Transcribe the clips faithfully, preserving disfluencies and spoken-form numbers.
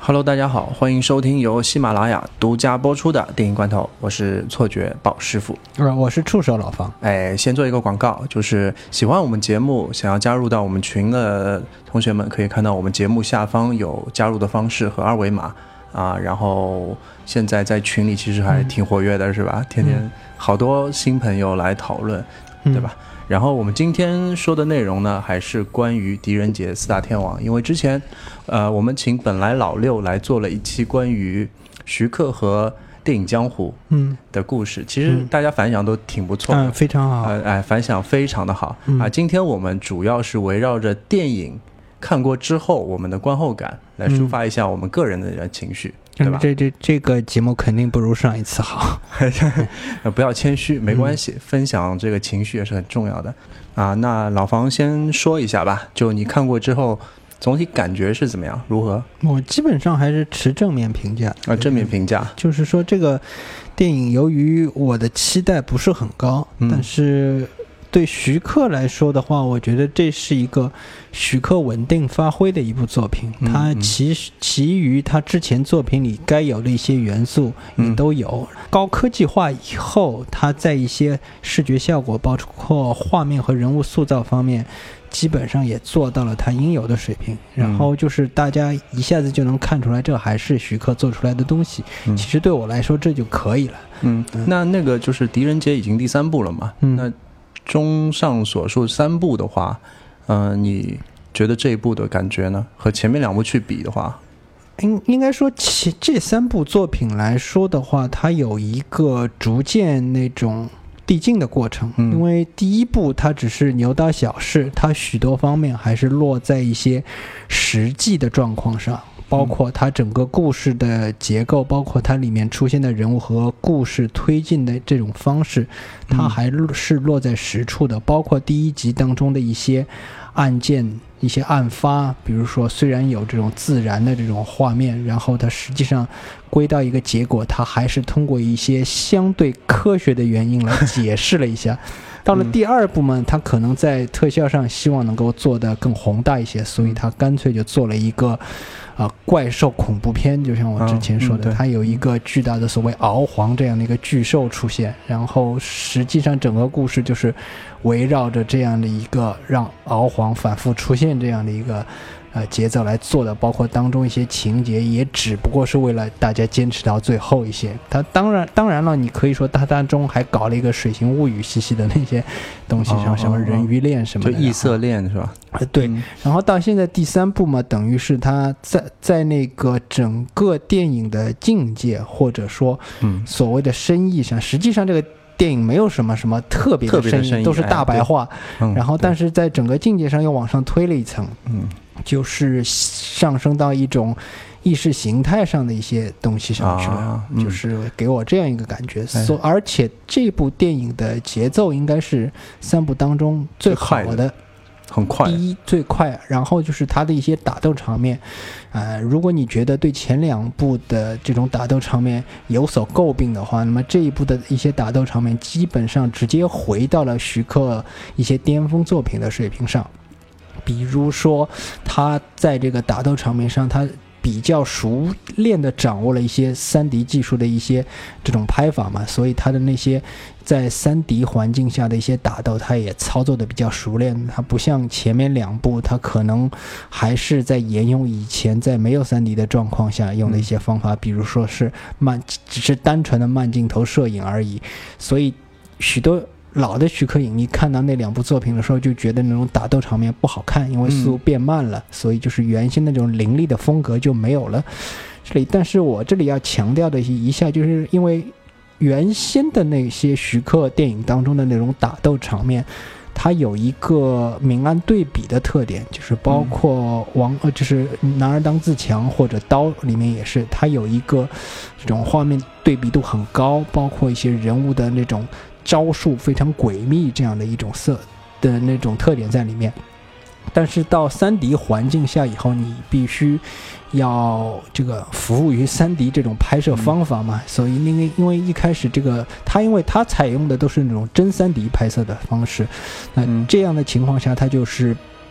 Hello， 大家好，欢迎收听由喜马拉雅独家播出的电影罐头，我是错觉宝师傅， 我是触手老方。 哎，先做一个广告，就是喜欢我们节目，想要加入到我们群的同学们，可以看到我们节目下方有加入的方式和二维码啊。然后现在在群里其实还挺活跃的，嗯、是吧？天天好多新朋友来讨论，嗯、对吧？然后我们今天说的内容呢，还是关于狄仁杰四大天王，因为之前，呃，我们请本来老六来做了一期关于徐克和电影江湖的故事，嗯、其实大家反响都挺不错的， 嗯，非常好， 呃，哎，反响非常的好、嗯、啊。今天我们主要是围绕着电影看过之后我们的观后感来抒发一下我们个人的情绪。嗯对吧？ 这这这个节目肯定不如上一次好， 不要谦虚，没关系、嗯，分享这个情绪也是很重要的啊。那老房先说一下吧，就你看过之后，总体感觉是怎么样？如何？ 我基本上还是持正面评价啊，正面评价， 就是说这个电影由于我的期待不是很高，嗯、但是对徐克来说的话，我觉得这是一个徐克稳定发挥的一部作品。嗯、他其其余他之前作品里该有的一些元素也都有。嗯、高科技化以后，他在一些视觉效果，包括画面和人物塑造方面，基本上也做到了他应有的水平。然后就是大家一下子就能看出来，这还是徐克做出来的东西。嗯、其实对我来说，这就可以了。 嗯，嗯那那个就是狄仁杰已经第三部了嘛？嗯，那综上所述三部的话，嗯、呃，你觉得这一部的感觉呢？和前面两部去比的话， 应应该说，其这三部作品来说的话，它有一个逐渐那种递进的过程。嗯、因为第一部它只是牛刀小试，它许多方面还是落在一些实际的状况上。包括它整个故事的结构，包括它里面出现的人物和故事推进的这种方式，它还是落在实处的。包括第一集当中的一些案件、一些案发，比如说虽然有这种自然的这种画面，然后它实际上归到一个结果，它还是通过一些相对科学的原因来解释了一下。到了第二部嘛，他可能在特效上希望能够做得更宏大一些，所以他干脆就做了一个呃怪兽恐怖片，就像我之前说的，它、嗯、有一个巨大的所谓敖皇这样的一个巨兽出现，然后实际上整个故事就是围绕着这样的一个让敖皇反复出现这样的一个呃节奏来做的，包括当中一些情节也只不过是为了大家坚持到最后一些。它当然当然了，你可以说它当中还搞了一个水形物语系系的那些东西，像、哦、什么人鱼恋什么的， 就异色恋是吧？ 呃，对、嗯。然后到现在第三部嘛，等于是它在在那个整个电影的境界或者说所谓的深意上，嗯、实际上这个电影没有什么什么特别的深意，都是大白话。哎、然后但是在整个境界上又往上推了一层。嗯。就是上升到一种意识形态上的一些东西上去了，啊嗯、就是给我这样一个感觉。所、哎、而且这部电影的节奏应该是三部当中最好的， 很快。 第一最快，然后就是它的一些打斗场面，呃，如果你觉得对前两部的这种打斗场面有所诟病的话，那么这一部的一些打斗场面基本上直接回到了徐克一些巅峰作品的水平上。比如说他在这个打斗场面上，他比较熟练地掌握了一些 三 D 技术的一些这种拍法嘛，所以他的那些在 三 D 环境下的一些打斗他也操作的比较熟练。他不像前面两部，他可能还是在沿用以前在没有 三 D 的状况下用的一些方法，比如说是慢，只是单纯的慢镜头摄影而已。所以许多老的徐克影，你看到那两部作品的时候就觉得那种打斗场面不好看，因为速度变慢了、嗯、所以就是原先那种凌厉的风格就没有了。这里但是我这里要强调的一下，就是因为原先的那些徐克电影当中的那种打斗场面，它有一个明暗对比的特点，就是包括王呃，就是男儿当自强或者刀里面也是，它有一个这种画面对比度很高，包括一些人物的那种招数非常诡秘这样的一种色的那种特点在里面。但是到 三 D 环境下以后，你必须要这个服务于 三 D 这种拍摄方法嘛，嗯、所以因为因为一开始这个它因为它采用的都是那种真 三 D 拍摄的方式，那这样的情况下它就是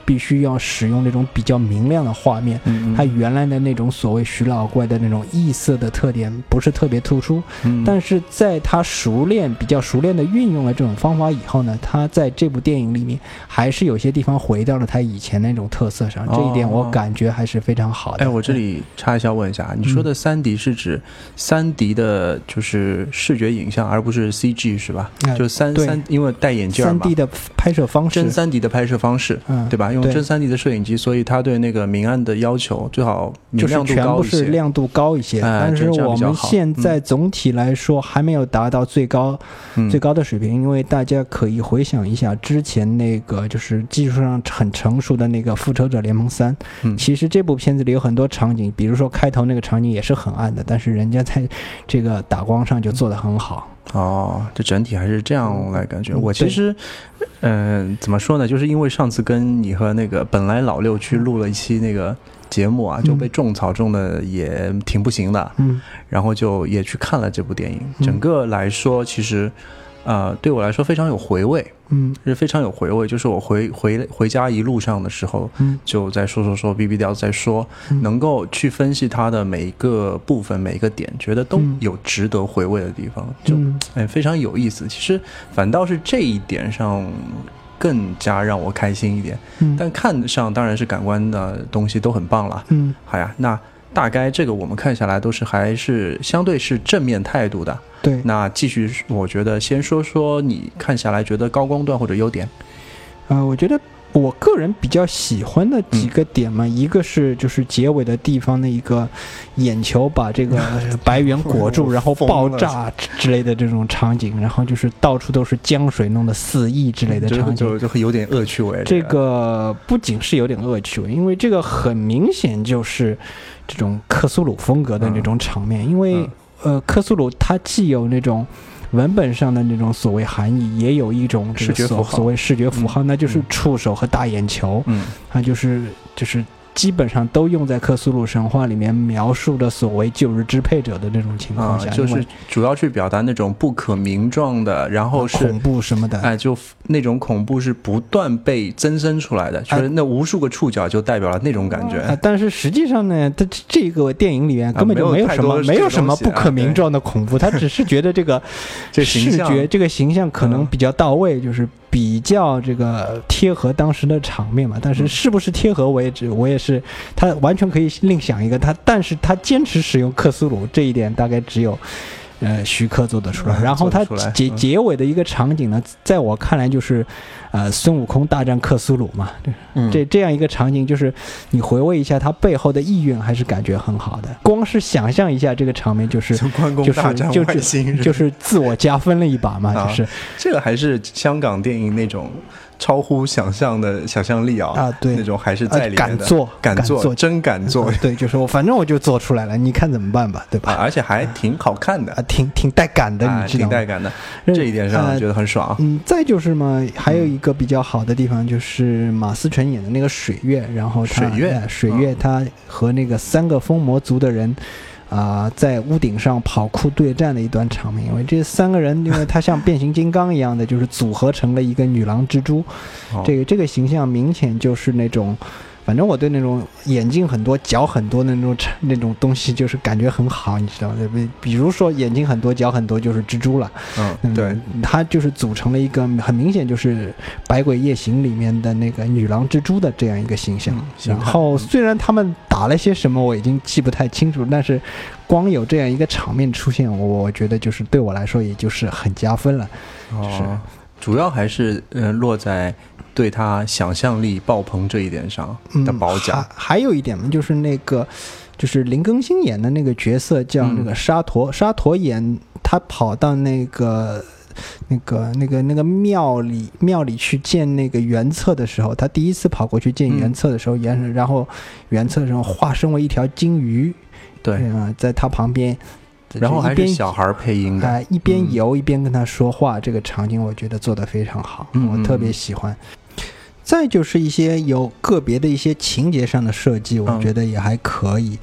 必须要使用那种比较明亮的画面， 嗯它原来的那种所谓徐老怪的那种异色的特点不是特别突出， 嗯， 但是在他熟练比较熟练的运用了这种方法以后呢，他在这部电影里面还是有些地方回到了他以前那种特色上， 哦、 这一点我感觉还是非常好的。 哎，我这里插一下问一下，你说的 三 D 是指 三 D 的就是视觉影像，而不是 C G 是吧？ 呃、 就三三，因为戴眼镜嘛 ，三 D 的拍摄方式， 真 三 D 的拍摄方式， 嗯， 对吧？用真 三 D 的摄影机，所以他对那个明暗的要求最好明亮度高一些， 就是全部是亮度高一些。 哎、 但是我们现在总体来说还没有达到最高、嗯、最高的水平，因为大家可以回想一下之前那个就是技术上很成熟的那个《复仇者联盟三》， 嗯， 其实这部片子里有很多场景，比如说开头那个场景也是很暗的，但是人家在这个打光上就做得很好。 哦，这整体还是这样来感觉。我其实，嗯、呃，怎么说呢？就是因为上次跟你和那个本来老六去录了一期那个节目啊，就被种草种的也挺不行的。 嗯， 然后就也去看了这部电影。整个来说，其实，呃，对我来说非常有回味。 嗯， 是非常有回味。就是我回回回家一路上的时候， 嗯， 就在说说说哔哔调在说、嗯，能够去分析它的每一个部分、每一个点，觉得都有值得回味的地方，嗯、就哎非常有意思。其实反倒是这一点上更加让我开心一点。 嗯， 但看上当然是感官的东西都很棒了。 嗯， 好呀，那大概这个我们看下来都是还是相对是正面态度的。 对， 那继续，我觉得先说说你看下来觉得高光段或者优点。 呃，我觉得我个人比较喜欢的几个点嘛，嗯、一个是就是结尾的地方的一个眼球把这个白猿裹住，然后爆炸之类的这种场景，然后就是到处都是浆水，弄得四溢之类的场景， 就就会有点恶趣味。 这个不仅是有点恶趣味，因为这个很明显就是这种克苏鲁风格的那种场面，嗯、因为。嗯呃，克苏鲁它既有那种文本上的那种所谓含义，也有一种这个所所谓视觉符号，嗯、那就是触手和大眼球， 嗯， 它就是就是基本上都用在克苏鲁神话里面描述的所谓旧日支配者的那种情况下， 啊、就是主要去表达那种不可名状的，然后是、 啊、恐怖什么的， 哎，就那种恐怖是不断被增生出来的，就是那无数个触角就代表了那种感觉。 啊啊、但是实际上呢，它这个电影里面根本就没有什么、啊、没有什么不可名状的恐怖，他只是觉得这个视觉这个形象可能比较到位，就是比较这个贴合当时的场面嘛。但是是不是贴合为止，我也是他完全可以另想一个他，但是他坚持使用克苏鲁这一点，大概只有。呃，徐克做得出来，然后他结结尾的一个场景呢，在我看来就是，呃，孙悟空大战克苏鲁嘛， 嗯、 这这样一个场景，就是你回味一下它背后的意蕴，还是感觉很好的。光是想象一下这个场面，就是就是就是就是自我加分了一把嘛，就是、 啊、这个还是香港电影那种。超乎想象的想象力啊！ 啊，对， 那种还是在里面的、 呃、敢做， 敢做， 做真敢做、 呃。对，就是我，反正我就做出来了，你看怎么办吧，对吧？ 啊、而且还挺好看的， 啊，挺挺带感的， 啊、 你知道吗？ 挺带感的，这一点上觉得很爽。 呃、嗯，再就是嘛，还有一个比较好的地方就是马思纯演的那个水月，然后他水月， 呃、水月他和那个三个疯魔族的人。啊、呃，在屋顶上跑酷对战的一段场面，因为这三个人，因为他像变形金刚一样的，就是组合成了一个女郎蜘蛛， 哦、 这个这个形象明显就是那种，反正我对那种眼睛很多、脚很多的那种那种东西，就是感觉很好，你知道吗？比比如说眼睛很多、脚很多就是蜘蛛了， 嗯，嗯对， 它就是组成了一个很明显就是《百鬼夜行》里面的那个女郎蜘蛛的这样一个形象。 嗯、 然后虽然他们打了些什么，我已经记不太清楚，但是光有这样一个场面出现，我觉得就是对我来说，也就是很加分了。 哦， 就是主要还是呃落在对他想象力爆棚这一点上的褒奖。 嗯、还, 还有一点嘛，就是那个就是林更新演的那个角色叫那个沙陀，嗯、沙陀演他跑到那个。那个、那个、那个庙里，庙里去见那个原策的时候，他第一次跑过去见原策的时候，原、嗯、然后原策上化身为一条金鱼， 对啊、 呃，在他旁边， 然后还是小孩配音的， 呃、一边游一边跟他说话，嗯、这个场景我觉得做得非常好， 嗯、 我特别喜欢。再就是一些有个别的一些情节上的设计，我觉得也还可以。 嗯、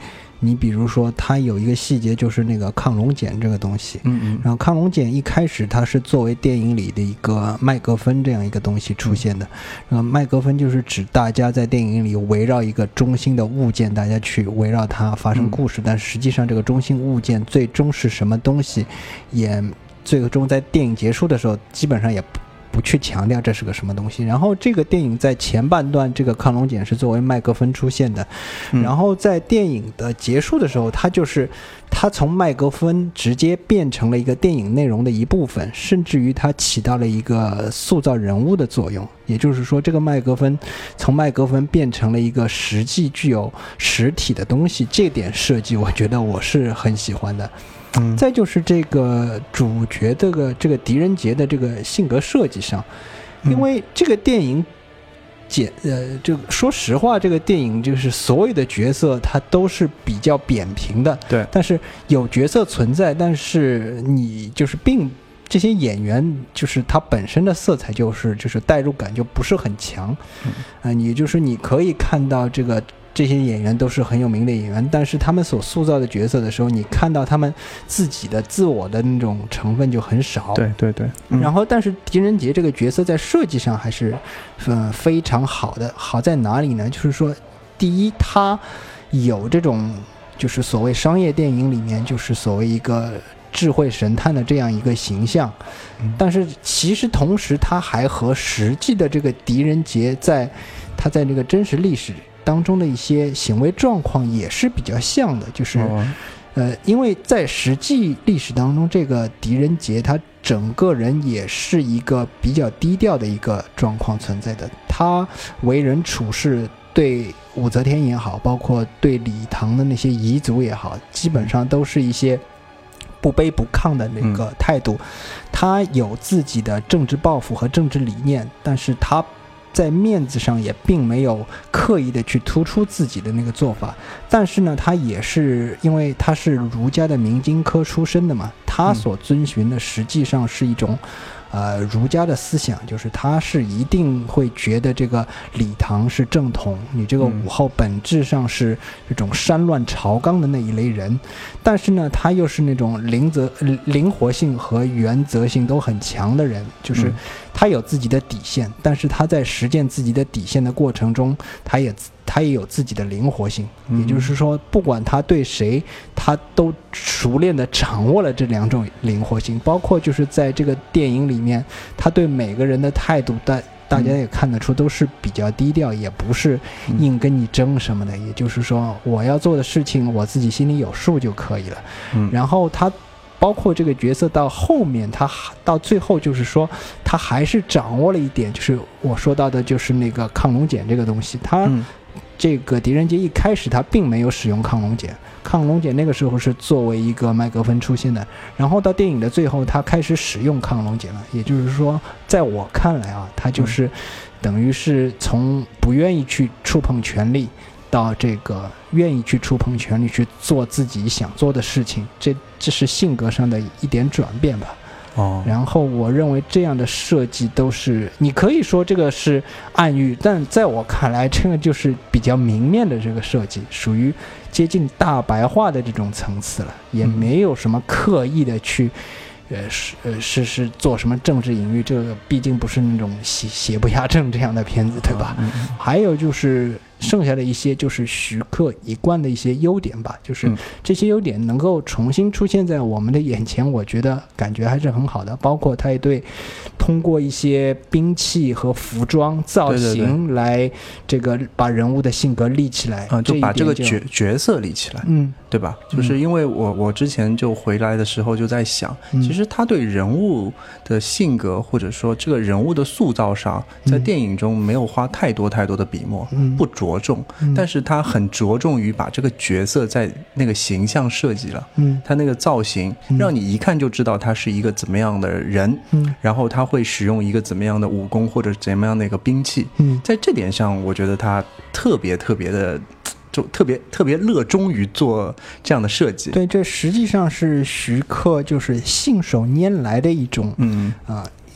你比如说它有一个细节就是那个抗龙锏这个东西， 嗯嗯， 然后抗龙锏一开始它是作为电影里的一个麦格芬这样一个东西出现的，然后麦格芬就是指大家在电影里围绕一个中心的物件，大家去围绕它发生故事，嗯、但实际上这个中心物件最终是什么东西，也最终在电影结束的时候基本上也不不去强调这是个什么东西。然后这个电影在前半段这个抗龙锏是作为麦格芬出现的，嗯、然后在电影的结束的时候，它就是它从麦格芬直接变成了一个电影内容的一部分，甚至于它起到了一个塑造人物的作用。也就是说，这个麦格芬从麦格芬变成了一个实际具有实体的东西，这点设计我觉得我是很喜欢的。嗯、再就是这个主角这个这个狄仁杰的这个性格设计上，因为这个电影简呃，这个说实话，这个电影就是所有的角色它都是比较扁平的， 对， 但是有角色存在，但是你就是并这些演员就是他本身的色彩就是就是代入感就不是很强，啊、嗯呃，你就是你可以看到这个。这些演员都是很有名的演员，但是他们所塑造的角色的时候，你看到他们自己的自我的那种成分就很少。 对对对。 嗯、然后，但是狄仁杰这个角色在设计上还是，呃，非常好的。好在哪里呢？就是说，第一，他有这种就是所谓商业电影里面就是所谓一个智慧神探的这样一个形象，嗯、但是其实同时他还和实际的这个狄仁杰在他在这个真实历史当中的一些行为状况也是比较像的，就是、哦、呃，因为在实际历史当中，这个狄仁杰他整个人也是一个比较低调的一个状况存在的，他为人处事对武则天也好，包括对李唐的那些彝族也好，基本上都是一些不卑不亢的那个态度，嗯、他有自己的政治抱负和政治理念，但是他在面子上也并没有刻意的去突出自己的那个做法，但是呢，他也是因为他是儒家的明经科出身的嘛，他所遵循的实际上是一种呃儒家的思想，就是他是一定会觉得这个李唐是正统，你这个武后本质上是这种山乱朝纲的那一类人，但是呢，他又是那种灵则灵活性和原则性都很强的人，就是他有自己的底线，但是他在实践自己的底线的过程中，他也他也有自己的灵活性，也就是说，不管他对谁，他都熟练地掌握了这两种灵活性，包括就是在这个电影里面，他对每个人的态度，大大家也看得出都是比较低调，也不是硬跟你争什么的，也就是说，我要做的事情我自己心里有数就可以了。然后他包括这个角色到后面，他到最后就是说，他还是掌握了一点，就是我说到的，就是那个抗龙锏这个东西。他、嗯、这个狄仁杰一开始他并没有使用抗龙锏，抗龙锏那个时候是作为一个麦格芬出现的。然后到电影的最后，他开始使用抗龙锏了。也就是说，在我看来啊，他就是等于是从不愿意去触碰权力，到这个愿意去触碰权力，去做自己想做的事情，这这是性格上的一点转变吧。哦，然后我认为这样的设计都是，你可以说这个是暗喻，但在我看来，这个就是比较明面的这个设计，属于接近大白话的这种层次了，也没有什么刻意的去。呃是呃是是做什么政治隐喻，这个毕竟不是那种邪邪不压正这样的片子，对吧？嗯嗯、还有就是剩下的一些就是徐克一贯的一些优点吧，就是这些优点能够重新出现在我们的眼前，我觉得感觉还是很好的。包括他也对通过一些兵器和服装造型来这个把人物的性格立起来， 啊、嗯，就把这个角角色立起来，嗯，对吧？就是因为我我之前就回来的时候就在想，嗯、其实他对人物的性格或者说这个人物的塑造上，在电影中没有花太多太多的笔墨，嗯、不着重，嗯、但是他很着重于把这个角色在那个形象设计了，嗯，他那个造型让你一看就知道他是一个怎么样的人，嗯，然后他会使用一个怎么样的武功或者怎么样的一个兵器，嗯，在这点上我觉得他特别特别的就特别特别热衷于做这样的设计。对， 这实际上是徐克就是信手拈来的一种嗯啊、呃、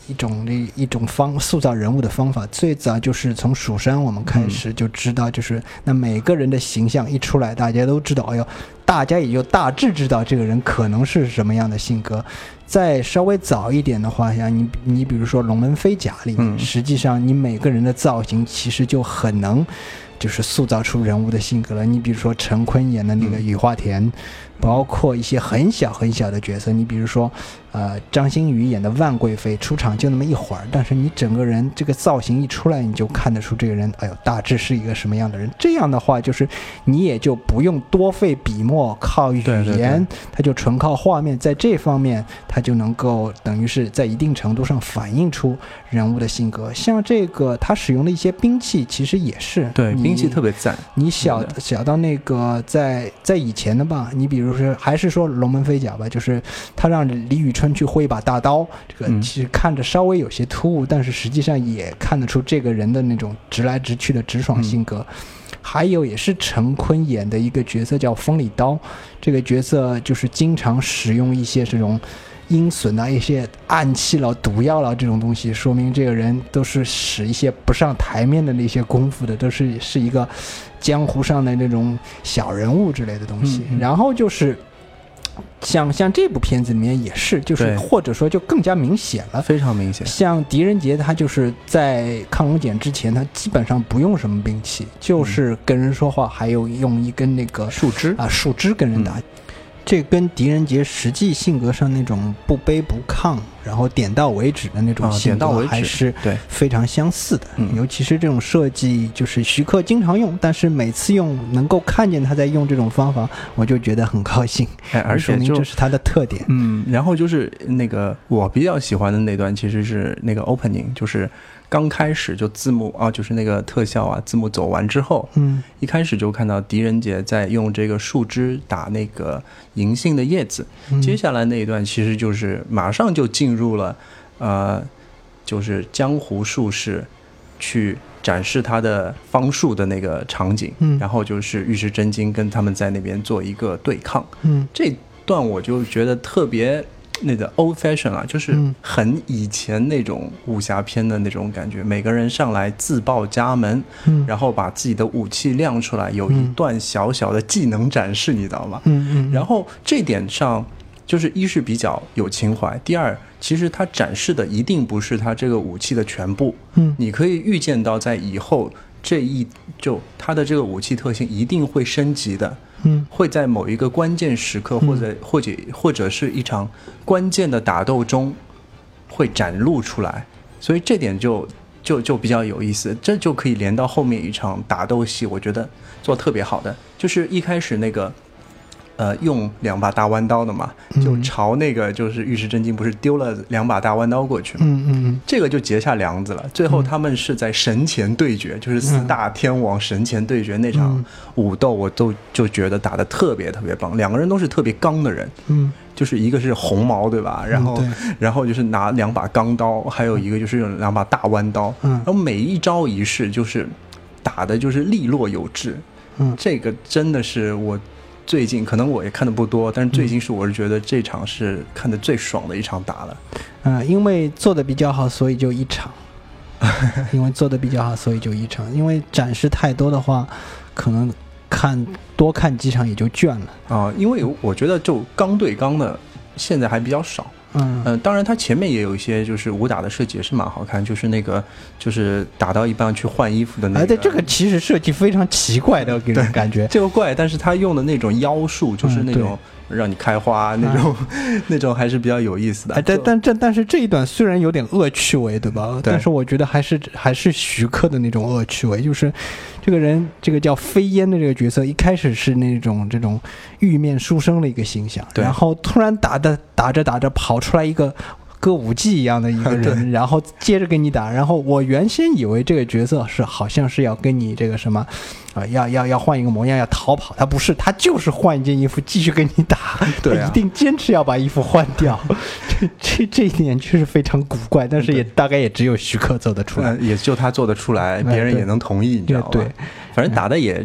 一种一种方塑造人物的方法，最早就是从蜀山我们开始就知道，就是那每个人的形象一出来，大家都知道，哎呦，大家也就大致知道这个人可能是什么样的性格。再稍微早一点的话，像你你比如说《龙门飞甲》里面，实际上你每个人的造型其实就很能就是塑造出人物的性格了。你比如说陈坤演的那个雨花田，包括一些很小很小的角色，你比如说呃张馨予演的万贵妃，出场就那么一会儿，但是你整个人这个造型一出来，你就看得出这个人哎呦大致是一个什么样的人。这样的话就是你也就不用多费笔墨，靠语言， 对对对， 它就纯靠画面，在这方面它就能够等于是在一定程度上反映出人物的性格。像这个他使用的一些兵器其实也是， 对，兵器特别赞。 你小小到那个在在以前的吧，你比如说还是说龙门飞甲吧，就是他让李宇春去挥一把大刀，这个其实看着稍微有些突兀，嗯、但是实际上也看得出这个人的那种直来直去的直爽性格。嗯、还有也是陈坤演的一个角色叫风里刀，这个角色就是经常使用一些这种阴损啊、一些暗器了、毒药了这种东西，说明这个人都是使一些不上台面的那些功夫的，都是是一个江湖上的那种小人物之类的东西。嗯嗯，然后就是像像这部片子里面也是，就是或者说就更加明显了， 非常明显。 像狄仁杰他就是在亢龙锏之前，他基本上不用什么兵器，就是跟人说话，还有用一根那个树枝啊树枝跟人打。嗯，这跟狄仁杰实际性格上那种不卑不亢，然后点到为止的那种性格还是非常相似的。 嗯、 尤其是这种设计，就是徐克经常用，但是每次用能够看见他在用这种方法，我就觉得很高兴。 哎，而且说明这是他的特点。 嗯，然后就是那个我比较喜欢的那段，其实是那个 opening， 就是刚开始就字幕啊，就是那个特效啊，字幕走完之后， 嗯， 一开始就看到狄仁杰在用这个树枝打那个银杏的叶子， 嗯、 接下来那一段其实就是马上就进入了，呃，就是江湖术士去展示他的方术的那个场景， 嗯， 然后就是玉石真经跟他们在那边做一个对抗， 嗯， 这段我就觉得特别那个 old fashion 啊，就是很以前那种武侠片的那种感觉，嗯、每个人上来自报家门， 嗯， 然后把自己的武器亮出来，有一段小小的技能展示，你知道吗？ 嗯嗯， 然后这点上就是一是比较有情怀，第二其实他展示的一定不是他这个武器的全部， 嗯， 你可以预见到在以后这一就他的这个武器特性一定会升级的， 嗯， 会在某一个关键时刻或者、嗯、或者或者是一场关键的打斗中会展露出来，所以这点就就就比较有意思，这就可以连到后面一场打斗戏，我觉得做特别好的，就是一开始那个呃，用两把大弯刀的嘛，就朝那个就是玉石真经不是丢了两把大弯刀过去嘛， 嗯嗯， 这个就结下梁子了。最后他们是在神前对决，嗯、就是四大天王神前对决那场武斗，我都就觉得打得特别特别棒，两个人都是特别刚的人， 嗯， 就是一个是红毛对吧，然后、 嗯、 然后就是拿两把钢刀，还有一个就是用两把大弯刀， 嗯， 然后每一招一式就是打的就是利落有致， 嗯， 这个真的是我。最近可能我也看的不多，但是最近是我是觉得这场是看的最爽的一场打了。 嗯、呃，因为做的比较好，所以就一场。因为做的比较好，所以就一场。因为展示太多的话，可能看多看几场也就倦了啊。因为我觉得就刚对刚的现在还比较少。 嗯、 呃、当然它前面也有一些就是武打的设计也是蛮好看，就是那个就是打到一半去换衣服的那个。 哎，对，这个其实设计非常奇怪的，给人感觉。 这个怪，但是他用的那种妖术，就是那种让你开花、嗯、那种、嗯、那种还是比较有意思的。 哎，但但这但是这一段虽然有点恶趣味，对吧？ 对， 但是我觉得还是还是徐克的那种恶趣味，就是这个人这个叫飞烟的这个角色，一开始是那种这种玉面书生的一个形象，然后突然打的打着打着跑出来一个歌舞伎一样的一个人，然后接着跟你打，然后我原先以为这个角色是好像是要跟你这个什么啊、呃，要要要换一个模样要逃跑，他不是，他就是换一件衣服继续跟你打， 对、啊， 他一定坚持要把衣服换掉，这这这一点确实非常古怪，但是也大概也只有徐克做得出来， 也就他做得出来，别人也能同意，你知道吗？ 对， 反正打的也、嗯、这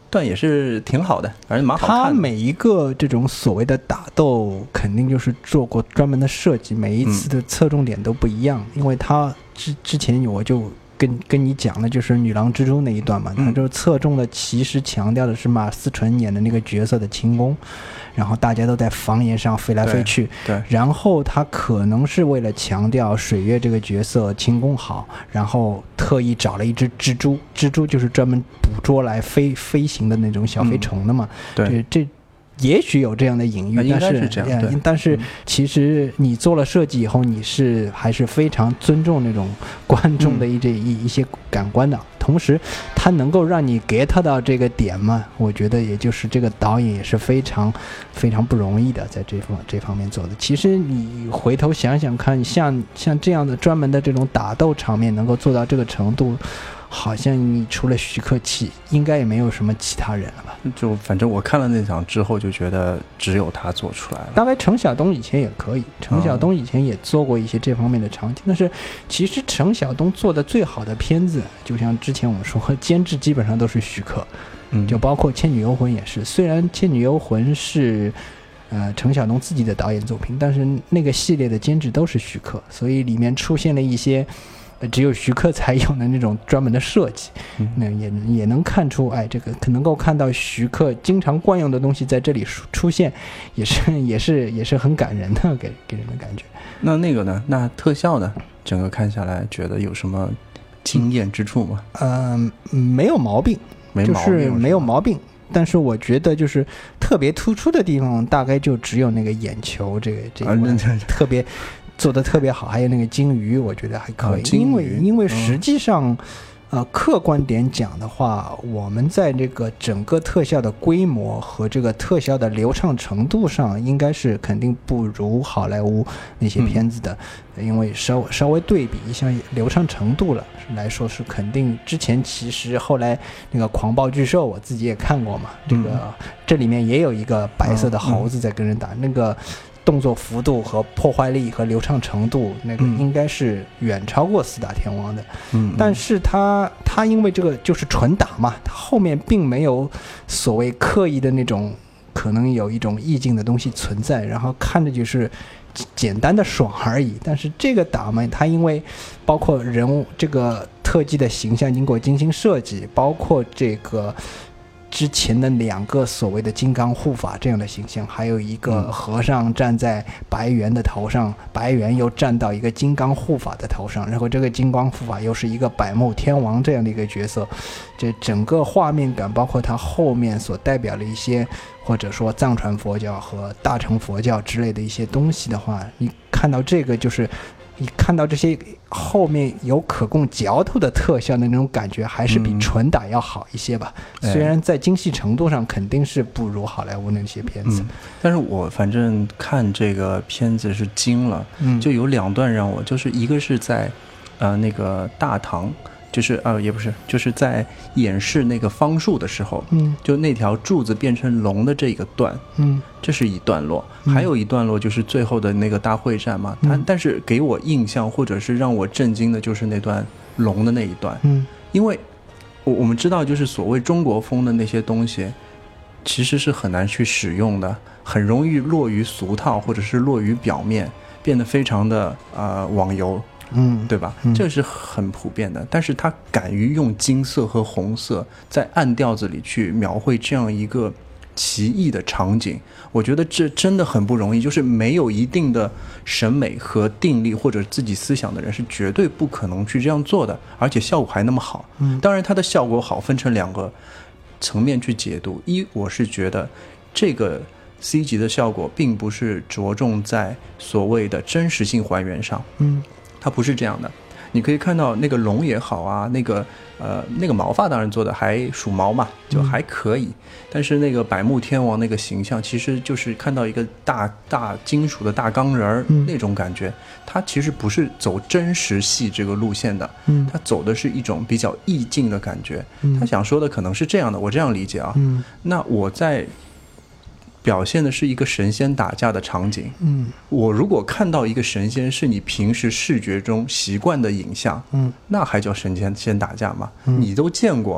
段也是挺好的，反正蛮好看的。 他每一个这种所谓的打斗，肯定就是做过专门的设计，每一次的侧重点都不一样。嗯、因为他之之前我就跟跟你讲了，就是女郎蜘蛛那一段嘛，他就侧重了，其实强调的是马思纯演的那个角色的轻功。然后大家都在房檐上飞来飞去， 对，对然后他可能是为了强调水月这个角色轻功好，然后特意找了一只蜘蛛，蜘蛛就是专门捕捉来飞飞行的那种小飞虫的嘛， 嗯、对， 这。也许有这样的隐喻， 但是这样， 嗯、但是其实你做了设计以后，你是还是非常尊重那种观众的一这、嗯、一一些感官的，同时它能够让你 get 到这个点嘛，我觉得也就是这个导演也是非常非常不容易的，在这方这方面做的。其实你回头想想看，像像这样的专门的这种打斗场面能够做到这个程度。好像你除了徐克奇，应该也没有什么其他人了吧？ 就反正我看了那场之后，就觉得只有他做出来了。 大概陈晓东以前也可以，陈晓东以前也做过一些这方面的场景，嗯、但是其实陈晓东做的最好的片子，就像之前我们说，监制基本上都是徐克， 嗯， 就包括《倩女幽魂》也是。虽然《倩女幽魂》是呃陈晓东自己的导演作品，但是那个系列的监制都是徐克，所以里面出现了一些。只有徐克才有的那种专门的设计， 嗯、 那也也能看出，哎，这个可能够看到徐克经常惯用的东西在这里出现，也是也是也是很感人的，给给人的感觉。 那那个呢？那特效呢？整个看下来，觉得有什么惊艳之处吗？ 嗯、呃，没有毛病， 没毛病就是没有毛病。但是我觉得就是特别突出的地方，大概就只有那个眼球这个这个、啊、特别。做得特别好，还有那个鲸鱼，我觉得还可以， 哦、 因为因为实际上，嗯、呃，客观点讲的话，我们在这个整个特效的规模和这个特效的流畅程度上，应该是肯定不如好莱坞那些片子的，嗯、因为稍稍微对比一下流畅程度了来说，是肯定。之前其实后来那个狂暴巨兽，我自己也看过嘛，这个、嗯、这里面也有一个白色的猴子在跟人打，嗯、那个。动作幅度和破坏力和流畅程度，那个应该是远超过四大天王的。 嗯， 但是他他因为这个就是纯打嘛，他后面并没有所谓刻意的那种，可能有一种意境的东西存在，然后看着就是简单的爽而已。但是这个打嘛，他因为包括人物这个特技的形象经过精心设计，包括这个。之前的两个所谓的金刚护法这样的形象，还有一个和尚站在白猿的头上，白猿又站到一个金刚护法的头上，然后这个金刚护法又是一个百目天王这样的一个角色，这整个画面感，包括它后面所代表的一些，或者说藏传佛教和大乘佛教之类的一些东西的话，你看到这个就是你看到这些后面有可供嚼头的特效的那种感觉，还是比纯打要好一些吧。嗯、虽然在精细程度上肯定是不如好莱坞那些片子， 嗯、但是我反正看这个片子是惊了。嗯，就有两段让我，就是一个是在呃那个大堂。就是呃也不是，就是在演示那个方术的时候， 嗯， 就那条柱子变成龙的这个段， 嗯， 这是一段落，嗯、还有一段落就是最后的那个大会战嘛，嗯、它但是给我印象或者是让我震惊的就是那段龙的那一段， 嗯， 因为我我们知道就是所谓中国风的那些东西，其实是很难去使用的，很容易落于俗套或者是落于表面，变得非常的呃网游。 嗯， 对吧？ 嗯、 这是很普遍的，但是他敢于用金色和红色在暗调子里去描绘这样一个奇异的场景，我觉得这真的很不容易，就是没有一定的审美和定力或者自己思想的人是绝对不可能去这样做的，而且效果还那么好。 嗯， 当然它的效果好分成两个层面去解读，一我是觉得这个C 级的效果并不是着重在所谓的真实性还原上， 嗯。 它不是这样的，你可以看到那个龙也好啊，那个呃那个毛发当然做的还属毛嘛，就还可以，嗯、但是那个百目天王那个形象，其实就是看到一个大大金属的大钢人儿、嗯、那种感觉，它其实不是走真实戏这个路线的， 嗯， 它走的是一种比较意境的感觉， 嗯、 他想说的可能是这样的，我这样理解啊， 嗯， 那我在。表现的是一个神仙打架的场景， 嗯， 我如果看到一个神仙是你平时视觉中习惯的影像， 嗯， 那还叫神仙先打架吗？ 嗯、 你都见过，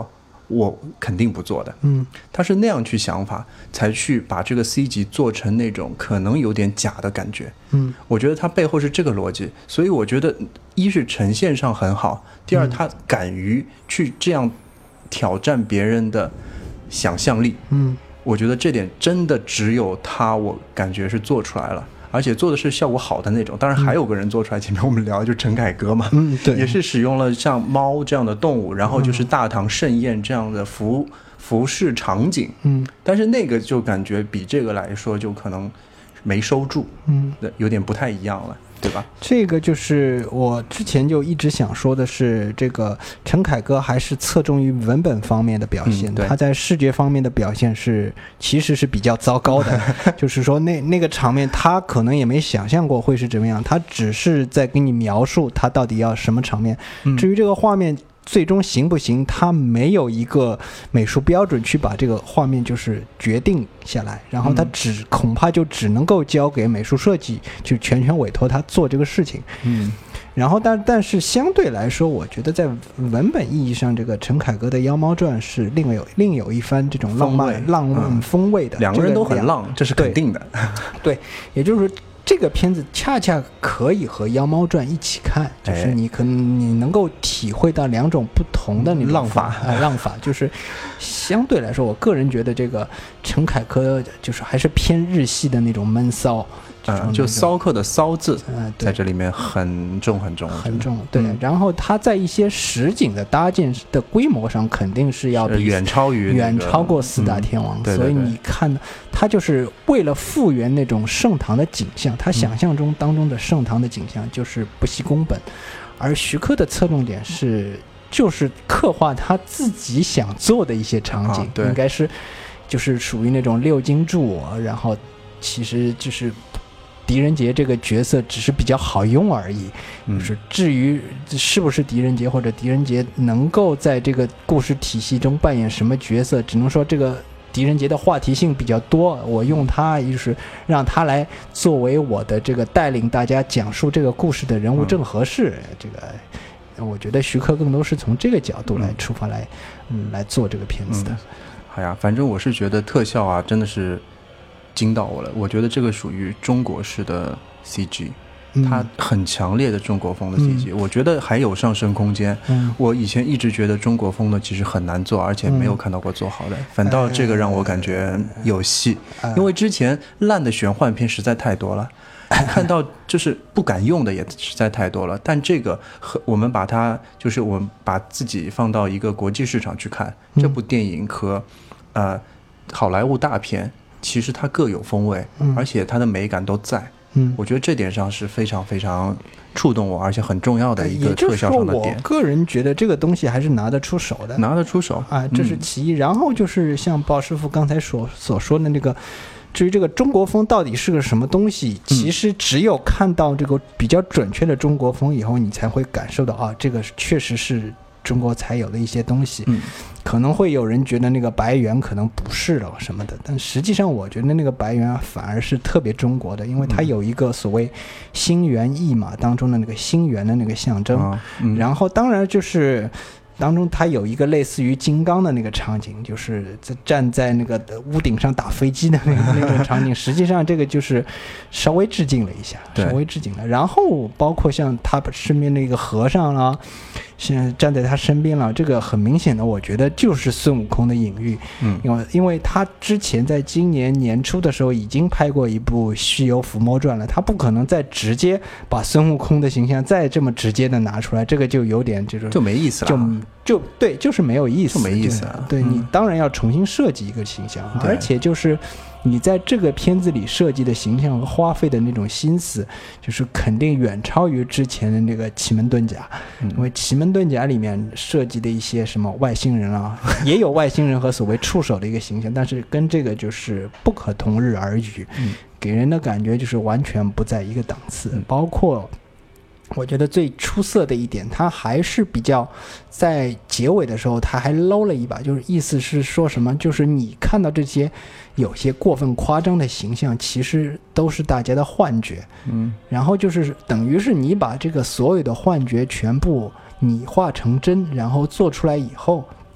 我肯定不做的。 嗯， 他是那样去想法，才去把这个 C 级做成那种可能有点假的感觉。 嗯， 我觉得他背后是这个逻辑，所以我觉得一是呈现上很好，第二他敢于去这样挑战别人的想象力。 嗯， 我觉得这点真的只有他，我感觉是做出来了。而且做的是效果好的那种，当然还有个人做出来，前面我们聊就陈凯歌嘛， 嗯，对， 也是使用了像猫这样的动物，然后就是大唐盛宴这样的服服饰场景， 嗯， 但是那个就感觉比这个来说就可能没收住， 嗯， 有点不太一样了，对吧？ 这个就是我之前就一直想说的是，这个陈凯歌还是侧重于文本方面的表现， 嗯、 他在视觉方面的表现是其实是比较糟糕的。就是说那那个场面他可能也没想象过会是怎么样，他只是在给你描述他到底要什么场面。 嗯、 至于这个画面最终行不行，他没有一个美术标准去把这个画面就是决定下来，然后他只、嗯、恐怕就只能够交给美术设计，就全权委托他做这个事情。 嗯， 然后但但是相对来说，我觉得在文本意义上，这个陈凯歌的《妖猫传》是另有另有一番这种浪漫浪漫风味的、嗯， 两个人都很浪，这是肯定的。 对，对也就是说。这个片子恰恰可以和《妖猫传》一起看，就是你可能你能够体会到两种不同的那种浪法， 呃、浪法就是相对来说，我个人觉得这个陈凯歌就是还是偏日系的那种闷骚。 嗯，就骚客的骚字， 嗯， 在这里面很重很重很重，对、嗯。然后他在一些实景的搭建的规模上，肯定是要比远超于、那个、 远超过四大天王、 嗯对对对。 所以你看，他就是为了复原那种盛唐的景象，他想象中当中的盛唐的景象就是不惜工本，嗯、而徐克的侧重点是就是刻画他自己想做的一些场景， 啊、 应该是就是属于那种六经注我，然后其实就是。狄仁杰这个角色只是比较好用而已， 嗯、 就是至于是不是狄仁杰或者狄仁杰能够在这个故事体系中扮演什么角色，只能说这个狄仁杰的话题性比较多，我用他就是让他来作为我的这个带领大家讲述这个故事的人物正合适。嗯、这个我觉得徐克更多是从这个角度来出发来，嗯，来做这个片子的。 嗯、好呀，反正我是觉得特效啊，真的是。惊到我了，我觉得这个属于中国式的 C G，、嗯、它很强烈的中国风的 C G，、嗯、我觉得还有上升空间、嗯。我以前一直觉得中国风的其实很难做，而且没有看到过做好的，嗯、反倒这个让我感觉有戏，嗯、因为之前烂的玄幻片实在太多了，嗯、看到就是不敢用的也实在太多了。但这个和我们把它就是我们把自己放到一个国际市场去看，嗯、这部电影和呃好莱坞大片。其实它各有风味、嗯、而且它的美感都在、嗯、我觉得这点上是非常非常触动我而且很重要的一个特效上的点。 我个人觉得这个东西还是拿得出手的， 拿得出手啊，这是其一、嗯、然后就是像鲍师傅刚才所所说的那个，至于这个中国风到底是个什么东西、嗯、其实只有看到这个比较准确的中国风以后，你才会感受到啊，这个确实是中国才有的一些东西。嗯，可能会有人觉得那个白猿可能不是了什么的，但实际上我觉得那个白猿啊反而是特别中国的，因为它有一个所谓星猿意嘛当中的那个星猿的那个象征、啊嗯、然后当然就是当中它有一个类似于金刚的那个场景，就是在站在那个屋顶上打飞机的那个那种场景，实际上这个就是稍微致敬了一下，稍微致敬了。然后包括像他身边的一个和尚啦，现在站在他身边了，这个很明显的我觉得就是孙悟空的隐喻。嗯，因为因为他之前在今年年初的时候已经拍过一部《西游伏魔传》了，他不可能再直接把孙悟空的形象再这么直接的拿出来，这个就有点就是就没意思了， 就就对，就是没有意思， 就没意思啊。 对、嗯、你当然要重新设计一个形象，而且就是你在这个片子里设计的形象和花费的那种心思，就是肯定远超于之前的那个奇门遁甲、嗯、因为奇门遁甲里面设计的一些什么外星人啊，也有外星人和所谓触手的一个形象，但是跟这个就是不可同日而语、嗯、给人的感觉就是完全不在一个档次、嗯、包括我觉得最出色的一点，他还是比较在结尾的时候他还搂了一把，就是意思是说什么，就是你看到这些有些过分夸张的形象其实都是大家的幻觉，嗯，然后就是等于是你把这个所有的幻觉全部拟化成真，然后做出来以后，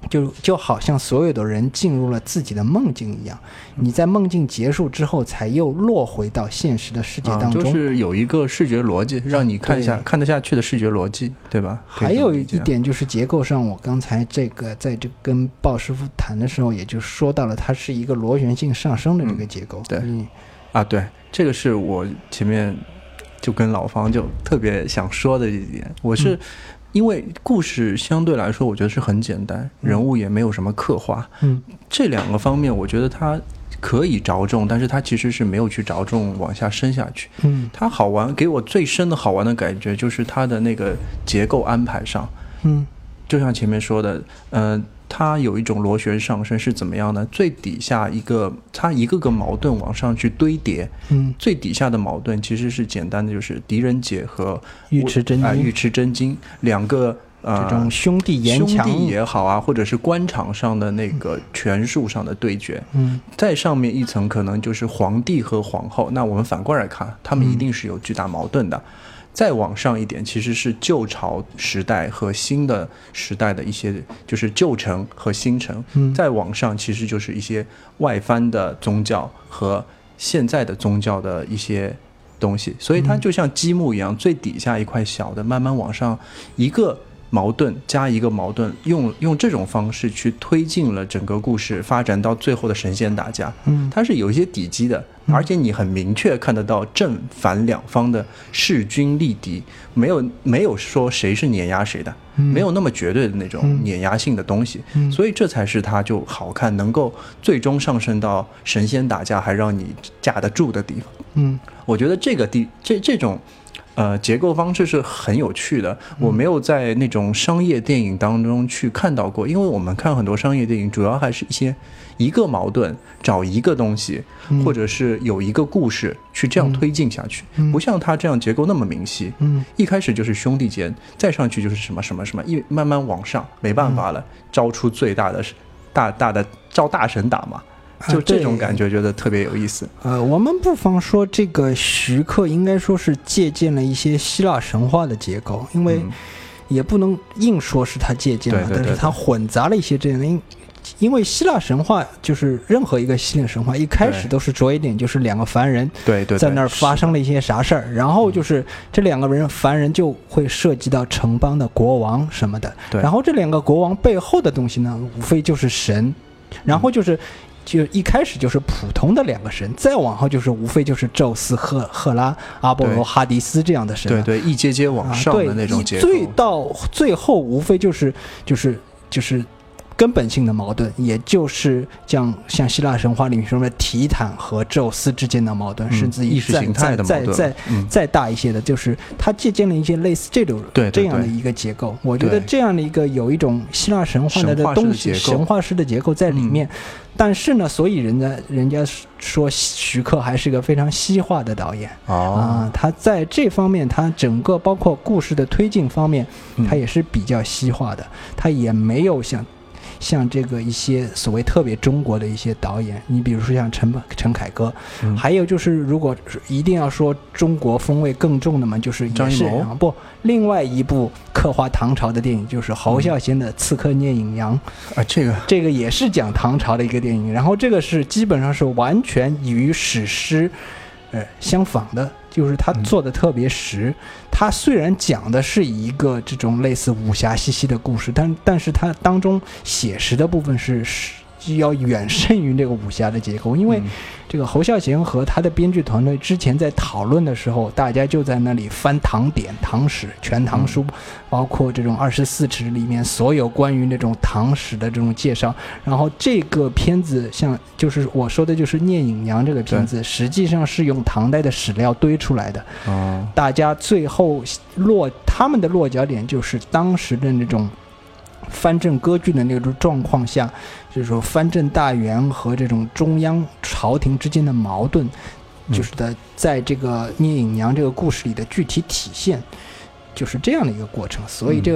就就好像所有的人进入了自己的梦境一样，你在梦境结束之后才又落回到现实的世界当中， 啊、就是有一个视觉逻辑让你看一下看得下去的视觉逻辑，对吧？ 还有一点就是结构上，我刚才这个在这跟鲍师傅谈的时候也就说到了，它是一个螺旋性上升的这个结构、嗯、 对、 嗯、 啊对，这个是我前面就跟老方就特别想说的一点，我是、嗯因为故事相对来说我觉得是很简单，人物也没有什么刻画， 嗯， 这两个方面我觉得它可以着重，但是它其实是没有去着重往下深下去。 嗯， 它好玩，给我最深的好玩的感觉就是它的那个结构安排上， 嗯， 就像前面说的，呃它有一种螺旋上升是怎么样呢？最底下一个它一个个矛盾往上去堆叠， 嗯， 最底下的矛盾其实是简单的，就是狄仁杰和尉迟真啊尉迟真经两个呃这种兄弟言强兄弟也好啊，或者是官场上的那个权术上的对决。 嗯， 再上面一层可能就是皇帝和皇后，那我们反过来看，他们一定是有巨大矛盾的。嗯，再往上一点其实是旧朝时代和新的时代的一些，就是旧城和新城、嗯、再往上其实就是一些外藩的宗教和现在的宗教的一些东西，所以它就像积木一样、嗯、最底下一块小的慢慢往上一个矛盾加一个矛盾，用用这种方式去推进了整个故事发展到最后的神仙打架。 嗯， 它是有一些底基的，而且你很明确看得到正反两方的势均力敌，没有没有说谁是碾压谁的、嗯、没有那么绝对的那种碾压性的东西、嗯、所以这才是它就好看，能够最终上升到神仙打架还让你架得住的地方。 嗯， 我觉得这个地这这种呃，结构方式是很有趣的，我没有在那种商业电影当中去看到过，因为我们看很多商业电影主要还是一些一个矛盾找一个东西、嗯、或者是有一个故事去这样推进下去、嗯、不像它这样结构那么明晰、嗯、一开始就是兄弟间，再上去就是什么什么什么，一慢慢往上没办法了、嗯、招出最大的大大的招大神打嘛，就这种感觉觉得特别有意思。 呃，我们不妨说这个徐克应该说是借鉴了一些希腊神话的结构，因为也不能硬说是他借鉴了、嗯、但是他混杂了一些这样的，因因为希腊神话就是任何一个希腊神话一开始都是着眼点就是两个凡人对对在那儿发生了一些啥事儿，然后就是这两个人凡人就会涉及到城邦的国王什么的，然后这两个国王背后的东西呢无非就是神，然后就是就一开始就是普通的两个神，再往后就是无非就是宙斯、赫赫拉、阿波罗、哈迪斯这样的神、 啊、对对，一阶阶往上的那种结构、 啊、最到最后无非就是就是就是根本性的矛盾，也就是像像希腊神话里面说的提坦和宙斯之间的矛盾、嗯、甚至于意识形态的矛盾再再、嗯、再大一些的，就是他借鉴了一些类似这种对对对这样的一个结构。我觉得这样的一个有一种希腊神话的东西，神话式的结构在里面、嗯、但是呢，所以人家人家说徐克还是个非常西化的导演、 哦、 啊，他在这方面他整个包括故事的推进方面他也是比较西化的、嗯、他也没有像像这个一些所谓特别中国的一些导演，你比如说像陈陈凯歌、嗯、还有就是如果一定要说中国风味更重的嘛，就是也是啊不另外一部刻画唐朝的电影就是侯孝贤的《刺客聂隐娘》、 嗯、啊，这个这个也是讲唐朝的一个电影，然后这个是基本上是完全与史诗呃相仿的，就是他做的特别实、嗯、他虽然讲的是一个这种类似武侠兮兮的故事，但但是他当中写实的部分是要远胜于这个武侠的结构，因为这个侯孝贤和他的编剧团队之前在讨论的时候，大家就在那里翻唐典、唐史、全唐书、嗯、包括这种二十四史里面所有关于那种唐史的这种介绍，然后这个片子像就是我说的就是聂隐娘这个片子实际上是用唐代的史料堆出来的、哦、大家最后落他们的落脚点就是当时的那种藩镇割据的那种状况下，就是说藩镇大员和这种中央朝廷之间的矛盾，就是的在这个聂隐娘这个故事里的具体体现，就是这样的一个过程。所以这个、嗯、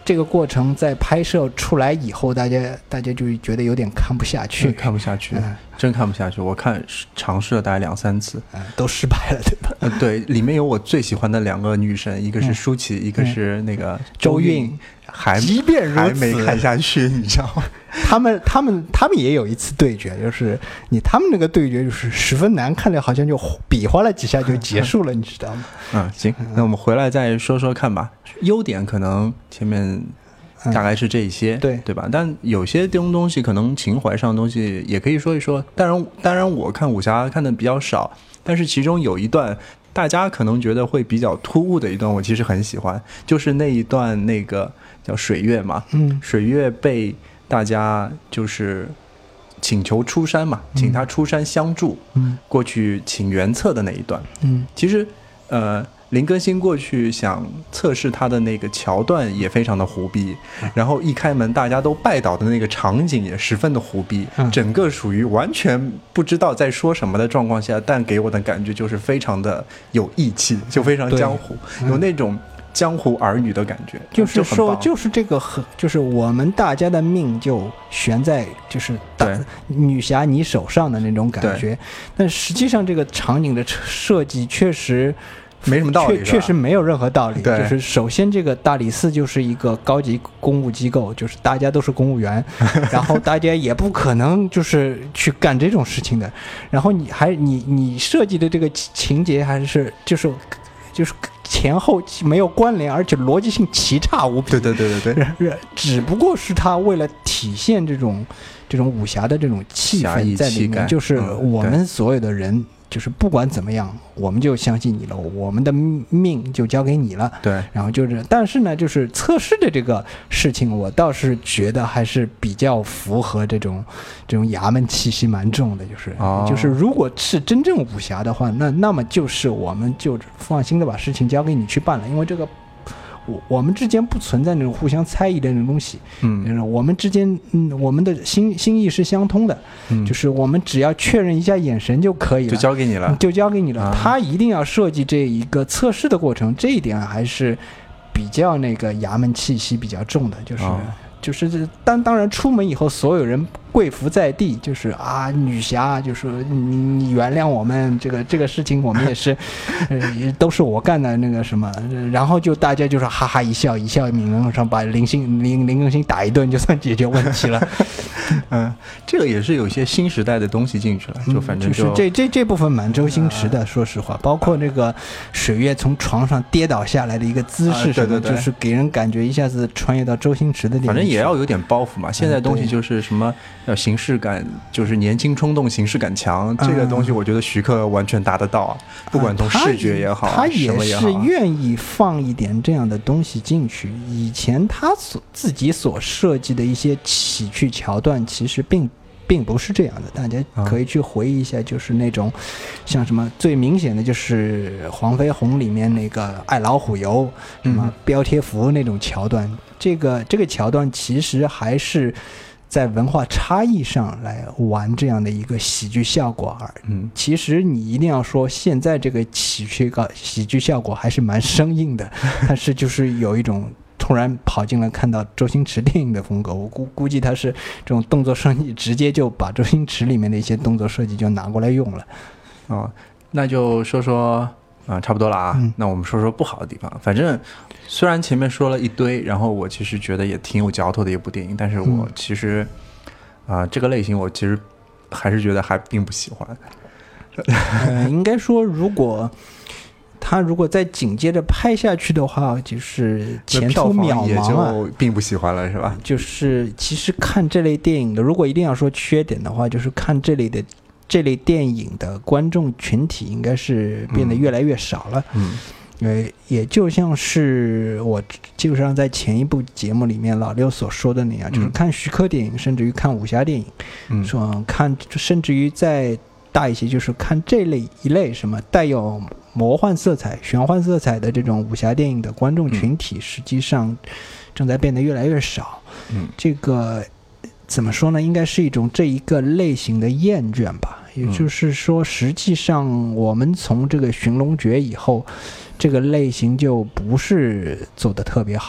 这个过程在拍摄出来以后，大家大家就觉得有点看不下去， 看不下去， 嗯、 真看不下去。我看尝试了大概两三次， 嗯、都失败了，对吧？ 呃，对，里面有我最喜欢的两个女神，一个是舒淇，嗯、一个是那个周韵。还即便如此还没看下去，你知道吗？ 他们他们他们也有一次对决，就是你他们那个对决就是十分难看的，好像就比划了几下就结束了，你知道吗？ 嗯，行，那我们回来再说说看吧。优点可能前面大概是这一些， 嗯、对对吧？但有些这种东西可能情怀上的东西也可以说一说。当然，当然我看武侠看的比较少，但是其中有一段大家可能觉得会比较突兀的一段，我其实很喜欢，就是那一段那个。叫水月嘛， 嗯， 水月被大家就是请求出山嘛，请他出山相助， 嗯， 过去请原策的那一段， 嗯， 其实呃，林更新过去想测试他的那个桥段也非常的胡逼， 嗯、 然后一开门大家都拜倒的那个场景也十分的胡逼， 嗯、 整个属于完全不知道在说什么的状况下，但给我的感觉就是非常的有义气，就非常江湖， 嗯、 有那种。江湖儿女的感觉， 就是说，就是这个，就是我们大家的命就悬在就是大女侠你手上的那种感觉。但实际上，这个场景的设计确实没什么道理， 确确实没有任何道理。 对， 就是首先，这个大理寺就是一个高级公务机构，就是大家都是公务员，然后大家也不可能就是去干这种事情的。然后你还你你设计的这个情节还是就是就是。前后没有关联，而且逻辑性奇差无比。 对对对对对， 只不过是他为了体现这种这种武侠的这种气氛在里面，就是我们所有的人，嗯、就是不管怎么样，我们就相信你了，我们的命就交给你了。 对， 然后就是，但是呢，就是测试的这个事情，我倒是觉得还是比较符合这种这种衙门气息蛮重的，就是、 哦、 就是如果是真正武侠的话，那那么就是我们就放心的把事情交给你去办了，因为这个我我们之间不存在那种互相猜疑的那种东西， 嗯， 我们之间嗯我们的心心意是相通的， 嗯， 就是我们只要确认一下眼神就可以了， 就交给你了， 就交给你了。 啊、 他一定要设计这一个测试的过程，这一点还是比较那个衙门气息比较重的，就是。啊就是这当当然出门以后，所有人跪伏在地，就是啊，女侠，就是你你原谅我们这个这个事情，我们也是，呃，都是我干的那个什么，然后就大家就是哈哈一笑一笑，泯然上把林星林林更新打一顿，就算解决问题了。 嗯，这个也是有些新时代的东西进去了，就反正就、 嗯、就是这这这部分蛮周星驰的，啊、说实话，包括那个水月从床上跌倒下来的一个姿势什么， 啊、对对对， 就是给人感觉一下子穿越到周星驰的电影。 反正也要有点包袱嘛。现在东西就是什么要形式感，就是年轻冲动，形式感强，嗯、这个东西我觉得徐克完全达得到啊，不管从视觉也好， 嗯、他也是愿意意放一点这样的东西进去。以前他所自己所设计的一些喜剧桥段，其实并。并不是这样的，大家可以去回忆一下，就是那种，像什么最明显的就是《黄飞鸿》里面那个爱老虎油，什么标贴符那种桥段，嗯、这个这个桥段其实还是在文化差异上来玩这样的一个喜剧效果而嗯， 其实你一定要说，现在这个喜剧个喜剧效果还是蛮生硬的，但是就是有一种。突然跑进来看到周星驰电影的风格，我估估计他是这种动作设计，直接就把周星驰里面的一些动作设计就拿过来用了。 哦，那就说说啊、呃，差不多了啊、嗯。那我们说说不好的地方。反正虽然前面说了一堆，然后我其实觉得也挺有嚼头的一部电影，但是我其实啊、呃，这个类型我其实还是觉得还并不喜欢。 呃、应该说，如果。他如果再紧接着拍下去的话，就是前途渺茫啊， 就并不喜欢了，是吧？ 就是其实看这类电影的，如果一定要说缺点的话，就是看这类的这类电影的观众群体应该是变得越来越少了。 嗯， 呃，也就像是我基本上在前一部节目里面老六所说的那样，嗯、就是看徐克电影，甚至于看武侠电影， 嗯， 说看甚至于再大一些，就是看这类一类什么带有。魔幻色彩、玄幻色彩的这种武侠电影的观众群体，实际上正在变得越来越少。 嗯， 这个怎么说呢？应该是一种这一个类型的厌倦吧。也就是说，实际上我们从这个《寻龙诀》以后，这个类型就不是做得特别好。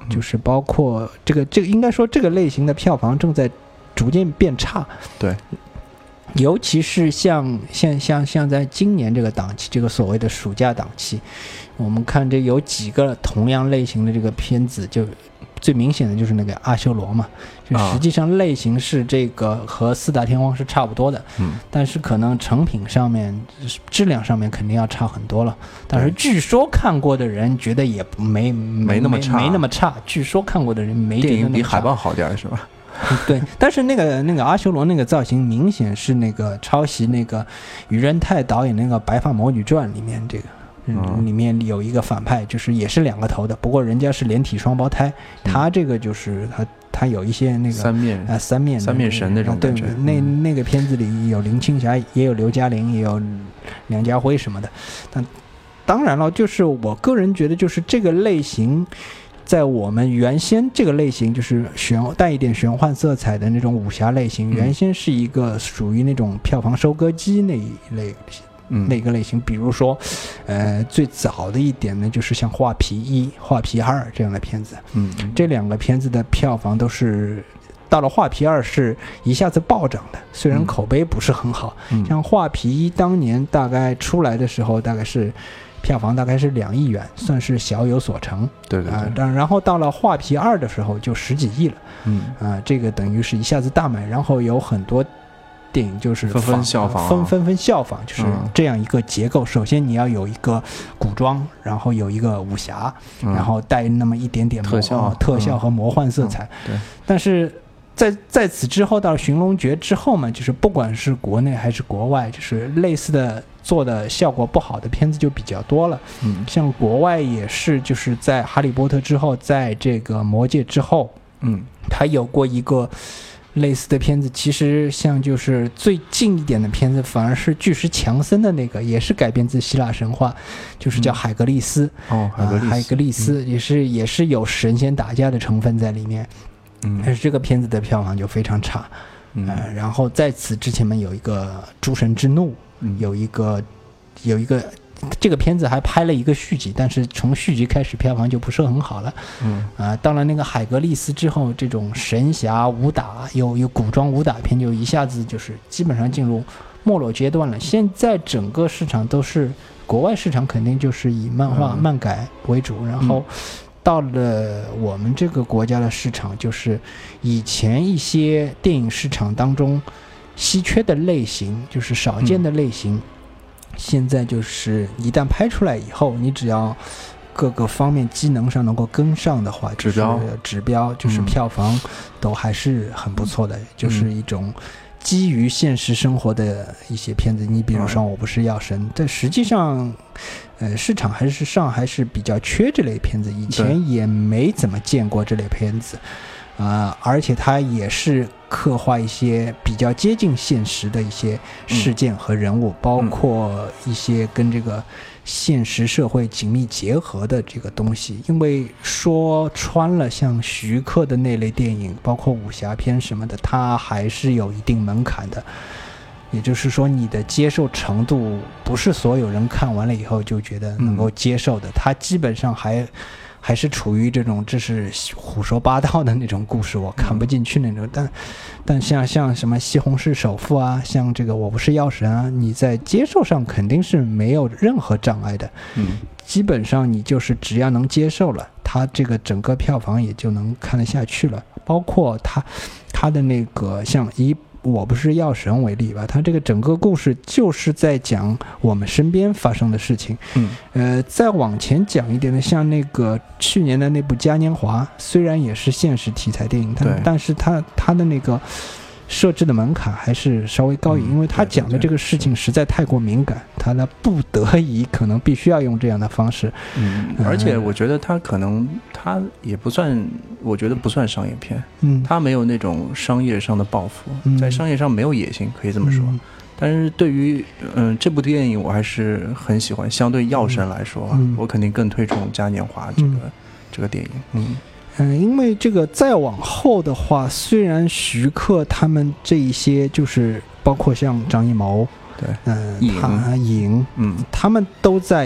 就是包括这个这个应该说这个类型的票房正在逐渐变差。 对。 尤其是像像像像在今年这个档期，这个所谓的暑假档期，我们看这有几个同样类型的这个片子，就最明显的就是那个阿修罗嘛，就实际上类型是这个和四大天王是差不多的， 嗯， 但是可能成品上面质量上面肯定要差很多了。但是据说看过的人觉得也没没那么差， 没那么差。据说看过的人没觉得那么差， 电影比海报好点是吧？ 对，但是那个那个阿修罗那个造型明显是那个抄袭那个于仁泰导演那个《白发魔女传》里面这个，嗯，里面有一个反派，就是也是两个头的，不过人家是连体双胞胎，嗯、他这个就是他他有一些那个三面啊三面三面神那种感觉。 对，那那个片子里有林青霞，也有刘嘉玲，也有梁家辉什么的。但当然了，就是我个人觉得，就是这个类型。在我们原先这个类型就是玄带一点玄幻色彩的那种武侠类型，原先是一个属于那种票房收割机那一类，嗯，那个类型。比如说，呃，最早的一点呢，就是像《画皮一》《画皮二》这样的片子，嗯，这两个片子的票房都是到了《画皮二》是一下子暴涨的，虽然口碑不是很好，嗯、像《画皮一》当年大概出来的时候，大概是。票房大概是两亿元，算是小有所成。 对对对。 啊、呃，然后到了《画皮二》的时候，就十几亿了。嗯。啊、呃，这个等于是一下子大卖，然后有很多电影就是纷纷效仿， 纷纷纷效仿，就是这样一个结构。嗯、首先你要有一个古装，然后有一个武侠，嗯、然后带那么一点点特效、 特效和魔幻色彩。 嗯、对。 但是。在在此之后，到了《寻龙诀》之后嘛，就是不管是国内还是国外，就是类似的做的效果不好的片子就比较多了。嗯，像国外也是，就是在《哈利波特》之后，在这个《魔戒》之后，嗯，他有过一个类似的片子。其实像就是最近一点的片子，反而是巨石强森的那个，也是改编自希腊神话，就是叫《海格力斯》。 哦，海格力斯， 呃、海格力斯也是也是有神仙打架的成分在里面。嗯，但是这个片子的票房就非常差，嗯、呃，然后在此之前面有一个《诸神之怒》，嗯、有一个有一个这个片子还拍了一个续集，但是从续集开始票房就不是很好了，嗯，啊、呃，到了那个海格力斯之后，这种神侠武打有有古装武打片就一下子就是基本上进入没落阶段了。现在整个市场都是国外市场，肯定就是以漫画、嗯、漫改为主，然后。嗯到了我们这个国家的市场，就是以前一些电影市场当中稀缺的类型，就是少见的类型，嗯、现在就是一旦拍出来以后，你只要各个方面机能上能够跟上的话， 指标指标就是票房都还是很不错的，嗯、就是一种基于现实生活的一些片子。你比如说《我不是药神》，但实际上。呃，市场还是上还是比较缺这类片子，以前也没怎么见过这类片子，啊、呃，而且它也是刻画一些比较接近现实的一些事件和人物，嗯、包括一些跟这个现实社会紧密结合的这个东西。因为说穿了，像徐克的那类电影，包括武侠片什么的，它还是有一定门槛的。也就是说，你的接受程度不是所有人看完了以后就觉得能够接受的，它基本上还还是处于这种这是胡说八道的那种故事，我看不进去那种。但但像像什么《西红柿首富》啊，像这个《我不是药神》啊，你在接受上肯定是没有任何障碍的。嗯，基本上你就是只要能接受了，它这个整个票房也就能看得下去了。包括它它的那个像一。我不是药神为例吧，他这个整个故事就是在讲我们身边发生的事情。嗯，呃，再往前讲一点的，像那个去年的那部《嘉年华》，虽然也是现实题材电影，但但是他他的那个设置的门槛还是稍微高一点，嗯、因为他讲的这个事情实在太过敏感，他呢不得已可能必须要用这样的方式。 嗯，而且我觉得他可能他也不算，我觉得不算商业片。嗯，他没有那种商业上的抱负，嗯、在商业上没有野心，可以这么说。嗯、但是对于嗯、呃、这部电影，我还是很喜欢。相对《药神》来说，嗯、我肯定更推崇《嘉年华》这个、嗯、这个电影。嗯。 嗯，因为这个再往后的话，虽然徐克他们这一些就是包括像张艺谋， 对， 嗯，他影，嗯，他们都在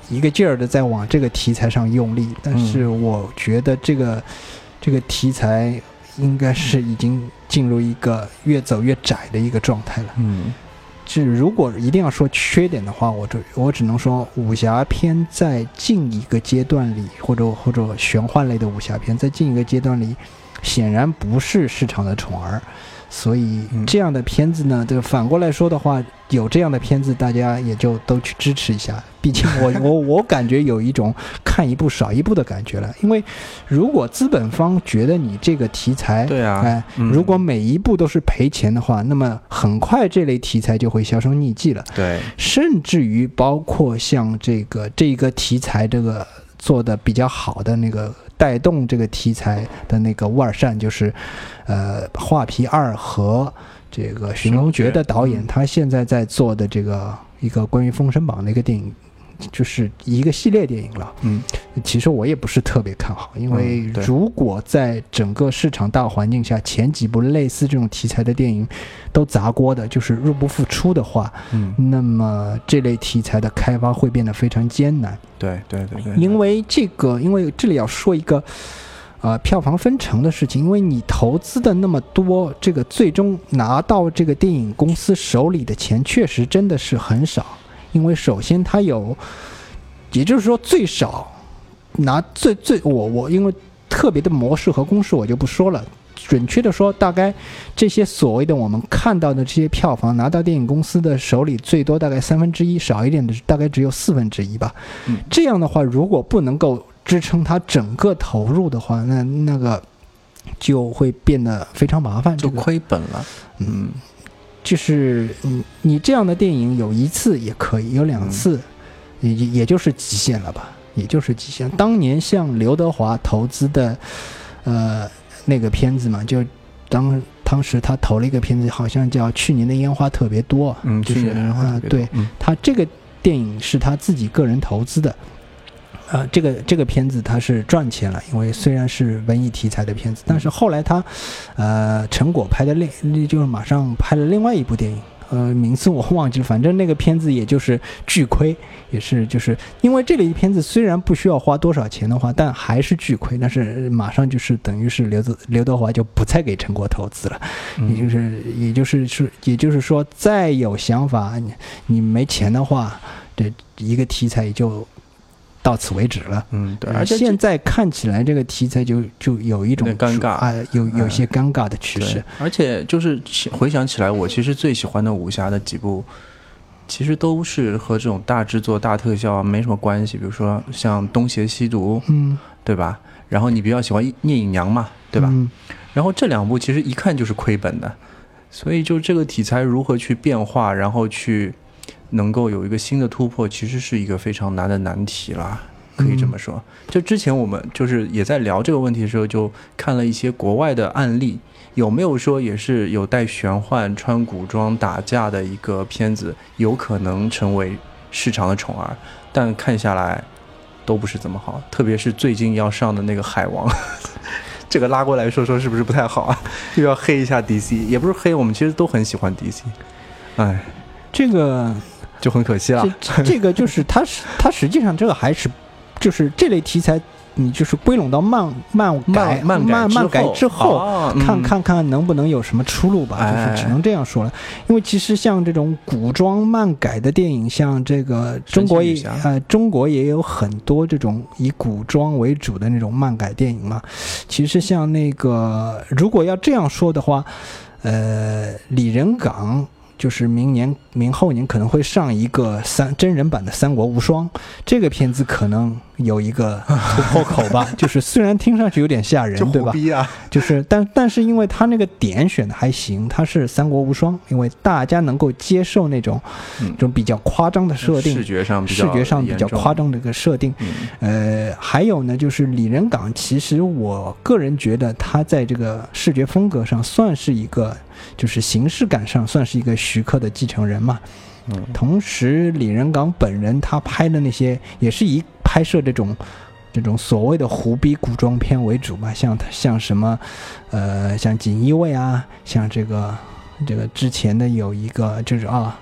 一个劲儿的在往这个题材上用力，但是我觉得这个、嗯、这个题材应该是已经进入一个越走越窄的一个状态了。 嗯， 是如果一定要说缺点的话，我只我只能说武侠片在近一个阶段里，或者或者玄幻类的武侠片在近一个阶段里，显然不是市场的宠儿。所以这样的片子呢，这个反过来说的话，有这样的片子，大家也就都去支持一下。毕竟我我我感觉有一种看一部少一部的感觉了。因为如果资本方觉得你这个题材， 对啊， 哎，嗯、如果每一部都是赔钱的话，那么很快这类题材就会销声匿迹了。 对， 甚至于包括像这个这个题材这个做的比较好的那个。带动这个题材的那个乌尔善，就是呃《画皮二》和这个《寻龙诀》的导演，他现在在做的这个一个关于《封神榜》的一个电影，就是一个系列电影了。 嗯， 其实我也不是特别看好，因为如果在整个市场大环境下，前几部类似这种题材的电影都砸锅的，就是入不敷出的话， 嗯， 那么这类题材的开发会变得非常艰难。 对对对对， 因为这个，因为这里要说一个，呃，票房分成的事情。因为你投资的那么多，这个最终拿到这个电影公司手里的钱，确实真的是很少。因为首先它有，也就是说最少拿最最我我因为特别的模式和公式我就不说了。准确的说，大概这些所谓的我们看到的这些票房拿到电影公司的手里，最多大概三分之一，少一点的大概只有四分之一吧。 嗯， 这样的话，如果不能够支撑它整个投入的话，那那个就会变得非常麻烦， 就亏本了。 嗯，就是你你这样的电影有一次也可以，有两次，嗯、也也就是极限了吧，也就是极限。当年像刘德华投资的，呃。那个片子嘛，就当当时他投了一个片子，好像叫《去年的烟花特别多》， 嗯， 就是啊，对、嗯，他这个电影是他自己个人投资的，呃，这个这个片子他是赚钱了，因为虽然是文艺题材的片子，但是后来他，呃，成果拍的另就是马上拍了另外一部电影。呃，名字我忘记了，反正那个片子也就是巨亏，也是就是因为这类片子虽然不需要花多少钱的话，但还是巨亏，但是马上就是等于是刘德刘德华就不再给成果投资了， 嗯、 也就是也就是是也就是说，再有想法，你你没钱的话，这一个题材也就到此为止了。 嗯，对。 而且现在看起来这个题材就就有一种尴尬啊，有有些尴尬的趋势、 嗯。而且就是回想起来，我其实最喜欢的武侠的几部，其实都是和这种大制作、大特效没什么关系。比如说像《东邪西毒》， 嗯， 对吧？然后你比较喜欢《聂隐娘》嘛，对吧？ 嗯。 然后这两部其实一看就是亏本的，所以就这个题材如何去变化，然后去。能够有一个新的突破，其实是一个非常难的难题啦，可以这么说。就之前我们就是也在聊这个问题的时候，就看了一些国外的案例，有没有说也是有带玄幻、穿古装打架的一个片子，有可能成为市场的宠儿？但看下来都不是怎么好，特别是最近要上的那个海王。这个拉过来说说是不是不太好啊？又要黑一下 D C， 也不是黑，我们其实都很喜欢 D C。哎， 这个。 就很可惜了。 这, 这个就是它，它实际上这个还是就是这类题材，你就是归拢到漫漫改漫漫漫改之后， 哦、 看看看能不能有什么出路吧。 哎、 就是只能这样说了。因为其实像这种古装漫改的电影，像这个中国也呃中国也有很多这种以古装为主的那种漫改电影嘛。其实像那个如果要这样说的话，呃，李仁港。就是明年、明后年可能会上一个三真人版的《三国无双》，这个片子可能有一个突破口吧。就是虽然听上去有点吓人，对吧？就是但但是因为他那个点选的还行，他是《三国无双》，因为大家能够接受那种、嗯、这种比较夸张的设定， 视觉上比较视觉上比较夸张的一个设定。 嗯、 呃，还有呢，就是李仁港，其实我个人觉得他在这个视觉风格上算是一个。就是形式感上算是一个徐克的继承人嘛， 嗯， 同时李仁港本人他拍的那些也是以拍摄这种这种所谓的胡逼古装片为主嘛，像像什么呃像锦衣卫啊，像这个这个之前的有一个就是啊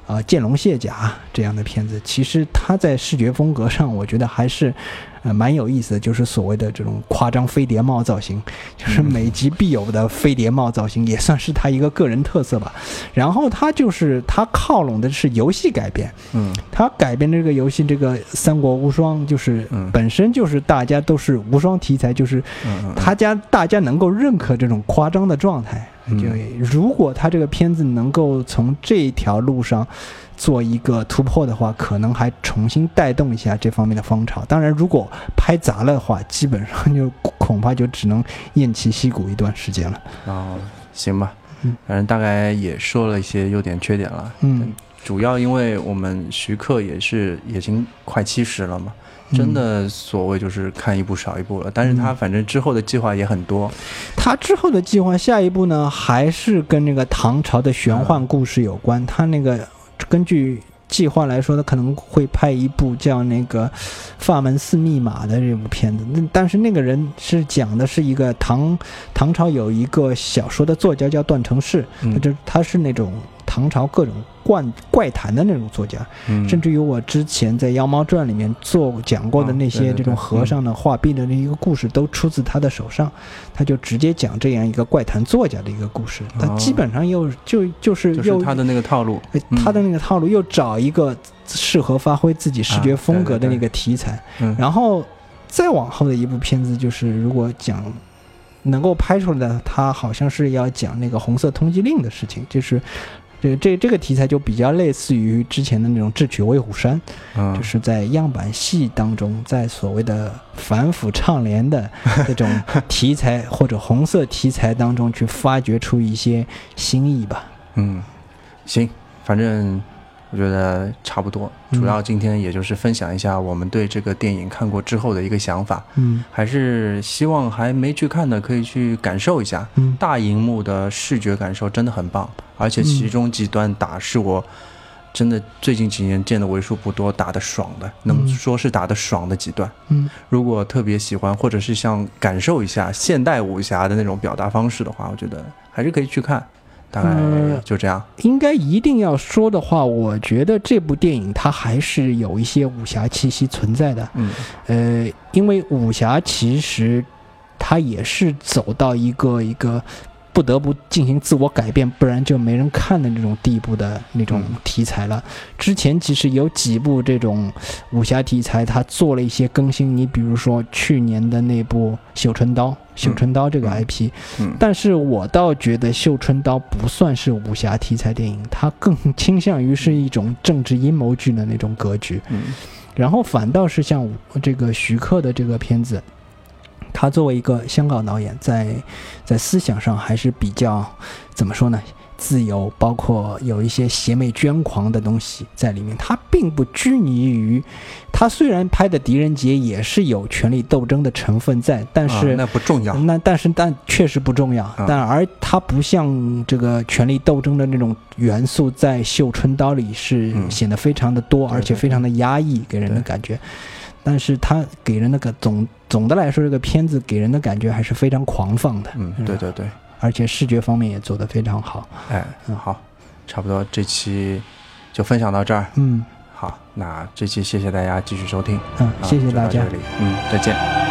呃剑龙卸甲这样的片子，其实它在视觉风格上，我觉得还是呃蛮有意思的，就是所谓的这种夸张飞碟帽造型，就是每集必有的飞碟帽造型，也算是它一个个人特色吧。然后它就是它靠拢的是游戏改编， 嗯， 它改编这个游戏这个《三国无双》，就是本身就是大家都是无双题材，就是他家大家能够认可这种夸张的状态。就如果他这个片子能够从这条路上做一个突破的话，可能还重新带动一下这方面的风潮。当然如果拍砸了的话，基本上就恐怕就只能偃旗息鼓一段时间了。 哦，行吧，反正大概也说了一些优点缺点了。 嗯， 主要因为我们徐克也是已经快七十了嘛，真的所谓就是看一部少一部了，但是他反正之后的计划也很多。 他之后的计划下一步呢，还是跟那个唐朝的玄幻故事有关。他那个根据计划来说，他可能会拍一部叫那个《法门寺密码》的这部片子。但是那个人是讲的是一个唐唐朝有一个小说的作家叫段成式，他就他是那种唐朝各种怪怪谈的那种作家，嗯、甚至于我之前在《妖猫传》里面做讲过的那些这种和尚的画壁的那一个故事，都出自他的手上。他就直接讲这样一个怪谈作家的一个故事，他基本上又就就是又、 就是他的那个套路， 他的那个套路又找一个适合发挥自己视觉风格的那个题材，啊、对对对，然后再往后的一部片子就是如果讲能够拍出来的，他好像是要讲那个红色通缉令的事情，就是这个这这个题材就比较类似于之前的那种智取威虎山，嗯、就是在样板戏当中，在所谓的反腐倡廉的这种题材或者红色题材当中去发掘出一些新意吧。 嗯，行，反正我觉得差不多，主要今天也就是分享一下我们对这个电影看过之后的一个想法。 嗯， 还是希望还没去看的可以去感受一下， 嗯， 大荧幕的视觉感受真的很棒，而且其中几段打是我真的最近几年见的为数不多打得爽的，能说是打得爽的几段。 嗯， 如果特别喜欢或者是想感受一下现代武侠的那种表达方式的话，我觉得还是可以去看。大概就这样、 呃、应该一定要说的话，我觉得这部电影它还是有一些武侠气息存在的。 嗯， 呃，因为武侠其实它也是走到一个一个不得不进行自我改变，不然就没人看的那种地步的那种题材了。嗯、之前其实有几部这种武侠题材它做了一些更新，你比如说去年的那部《绣春刀》，绣春刀这个 I P， 嗯嗯、 但是我倒觉得绣春刀不算是武侠题材电影，它更倾向于是一种政治阴谋剧的那种格局。 嗯、 然后反倒是像这个徐克的这个片子，他作为一个香港导演，在在思想上还是比较怎么说呢，自由，包括有一些邪魅捐狂的东西在里面。他并不拘泥于，他虽然拍的狄仁杰也是有权力斗争的成分在，但是、 啊、那不重要， 那但是但确实不重要。啊、但而他不像这个权力斗争的那种元素在《绣春刀》里是显得非常的多，嗯、而且非常的压抑，给人的感觉。但是他给人的个总总的来说，这个片子给人的感觉还是非常狂放的。 嗯，对对对， 而且视觉方面也做得非常好。 哎，嗯，好，差不多这期就分享到这儿。 嗯， 好，那这期谢谢大家继续收听。 嗯，谢谢大家。 嗯，再见。